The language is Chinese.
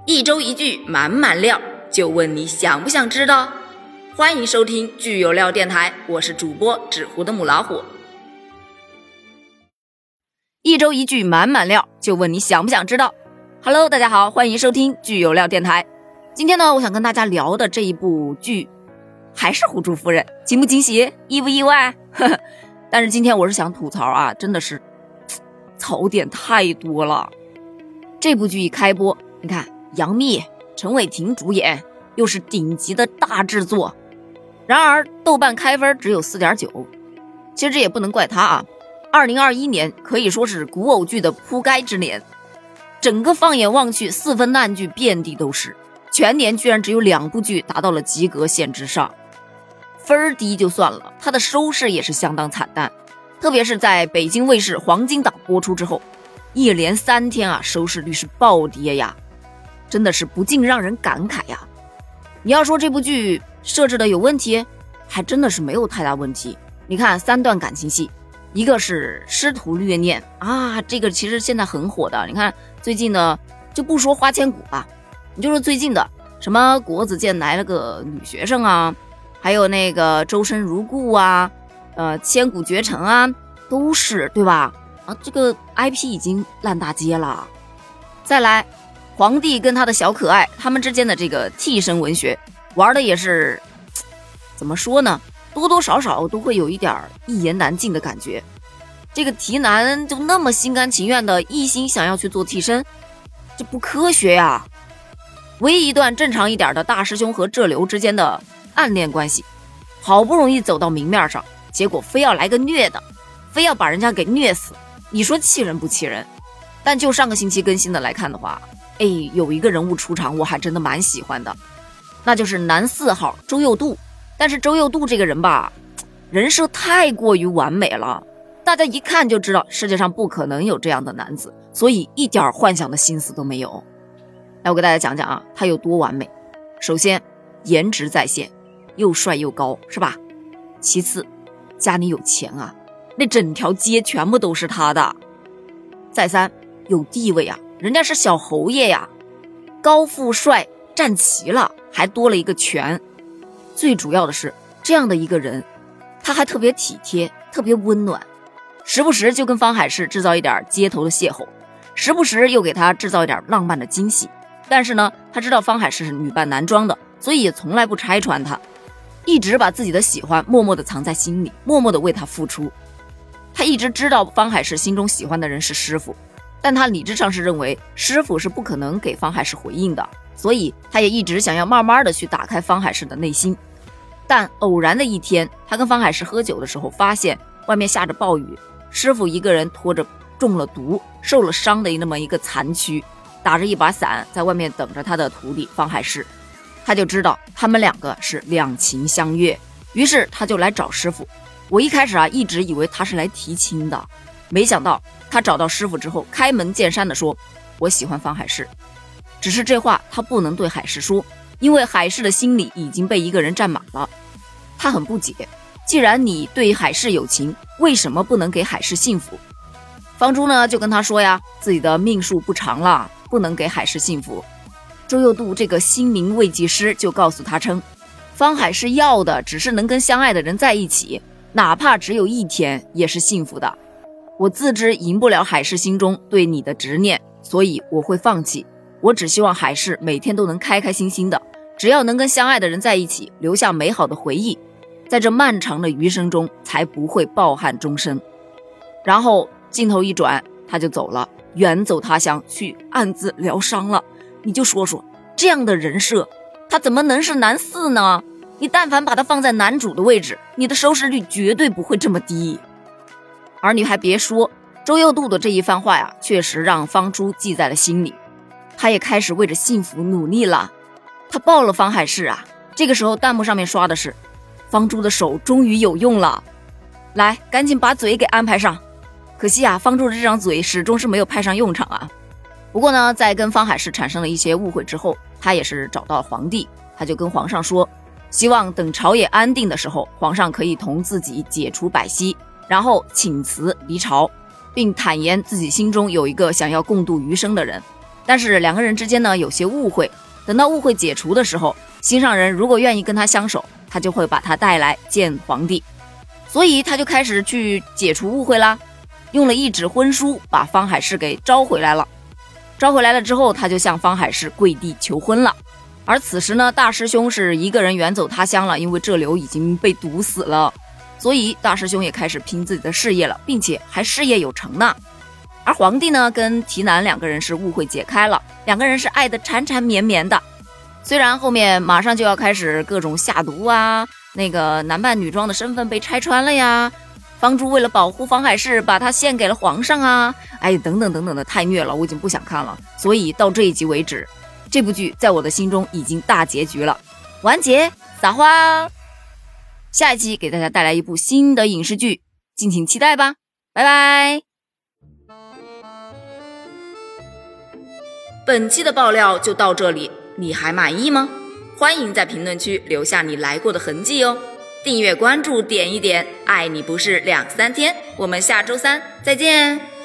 一周一句满满料，就问你想不想知道？欢迎收听剧有料电台，我是主播纸糊的母老虎。一周一句满满料，就问你想不想知道？ Hello， 大家好，欢迎收听剧有料电台。今天呢，我想跟大家聊的这一部剧还是虎珠夫人，惊不惊喜，意不意外？但是今天我是想吐槽啊，真的是槽点太多了。这部剧一开播，你看杨幂、陈伟霆主演，又是顶级的大制作，然而豆瓣开分只有 4.9。 其实这也不能怪他啊，2021年可以说是古偶剧的铺盖之年，整个放眼望去4分烂剧遍地都是，全年居然只有2部剧达到了及格线之上。分低就算了，它的收视也是相当惨淡，特别是在北京卫视黄金档播出之后，一连3天啊，收视率是暴跌呀，真的是不禁让人感慨呀。你要说这部剧设置的有问题，还真的是没有太大问题。你看3段感情戏，一个是师徒虐恋啊，这个其实现在很火的。你看最近的，就不说花千骨吧，你就说最近的什么国子监来了个女学生啊，还有那个周生如故啊，千古绝尘啊，都是对吧？啊，这个 IP 已经烂大街了。再来，皇帝跟他的小可爱，他们之间的这个替身文学，玩的也是怎么说呢？多多少少都会有一点一言难尽的感觉。这个提男就那么心甘情愿的一心想要去做替身，这不科学呀。唯一一段正常一点的大师兄和浙流之间的暗恋关系，好不容易走到明面上，结果非要来个虐的，非要把人家给虐死，你说气人不气人？但就上个星期更新的来看的话，有一个人物出场我还真的蛮喜欢的，那就是男4号周佑度。但是周佑度这个人吧，人设太过于完美了，大家一看就知道世界上不可能有这样的男子，所以一点幻想的心思都没有。来，我给大家讲讲啊，他有多完美。首先，颜值在线，又帅又高，是吧？其次，家里有钱啊，那整条街全部都是他的。再三，有地位啊，人家是小侯爷呀，高富帅占齐了，还多了一个权。最主要的是，这样的一个人，他还特别体贴，特别温暖，时不时就跟方海市制造一点街头的邂逅，时不时又给他制造一点浪漫的惊喜。但是呢，他知道方海市是女扮男装的，所以也从来不拆穿他，一直把自己的喜欢默默地藏在心里，默默地为他付出。他一直知道方海市心中喜欢的人是师傅，但他理智上是认为师傅是不可能给方海市回应的，所以他也一直想要慢慢的去打开方海市的内心。但偶然的一天，他跟方海市喝酒的时候，发现外面下着暴雨，师傅一个人拖着中了毒受了伤的那么一个残躯，打着一把伞在外面等着他的徒弟方海市。他就知道他们2个是两情相悦，于是他就来找师傅。我一开始一直以为他是来提亲的，没想到他找到师傅之后，开门见山的说，我喜欢方海市。只是这话他不能对海市说，因为海市的心里已经被一个人占满了。他很不解，既然你对海市有情，为什么不能给海市幸福？方珠呢就跟他说呀，自己的命数不长了，不能给海市幸福。周佑度这个心灵慰藉师就告诉他称，方海市要的只是能跟相爱的人在一起，哪怕只有1天也是幸福的。我自知赢不了海市心中对你的执念，所以我会放弃。我只希望海市每天都能开开心心的，只要能跟相爱的人在一起，留下美好的回忆，在这漫长的余生中才不会抱憾终生。然后镜头一转，他就走了，远走他乡去暗自疗伤了。你就说说，这样的人设他怎么能是男4呢？你但凡把他放在男主的位置，你的收视率绝对不会这么低。而你还别说，周佑度的这一番话呀，确实让方珠记在了心里，他也开始为着幸福努力了。他抱了方海市啊，这个时候弹幕上面刷的是，方珠的手终于有用了，来赶紧把嘴给安排上。可惜啊，方珠的这张嘴始终是没有派上用场啊。不过呢，在跟方海市产生了一些误会之后，他也是找到了皇帝，他就跟皇上说，希望等朝野安定的时候，皇上可以同自己解除百息，然后请辞离朝，并坦言自己心中有一个想要共度余生的人。 但是两个人之间呢有些误会，等到误会解除的时候，心上人如果愿意跟他相守，他就会把他带来见皇帝。所以他就开始去解除误会啦，用了一纸婚书把方海市给招回来了。招回来了之后，他就向方海市跪地求婚了。而此时呢，大师兄是一个人远走他乡了，因为浙流已经被毒死了，所以大师兄也开始拼自己的事业了，并且还事业有成呢。而皇帝呢，跟提南两个人是误会解开了，两个人是爱得缠缠绵绵的。虽然后面马上就要开始各种下毒啊，那个男扮女装的身份被拆穿了呀，方珠为了保护方海市把他献给了皇上啊，等等等等的，太虐了，我已经不想看了。所以到这一集为止，这部剧在我的心中已经大结局了，完结撒花。下一期给大家带来一部新的影视剧，敬请期待吧，拜拜。本期的爆料就到这里，你还满意吗？欢迎在评论区留下你来过的痕迹哦。订阅关注点一点，爱你不是2-3天，我们下周3再见。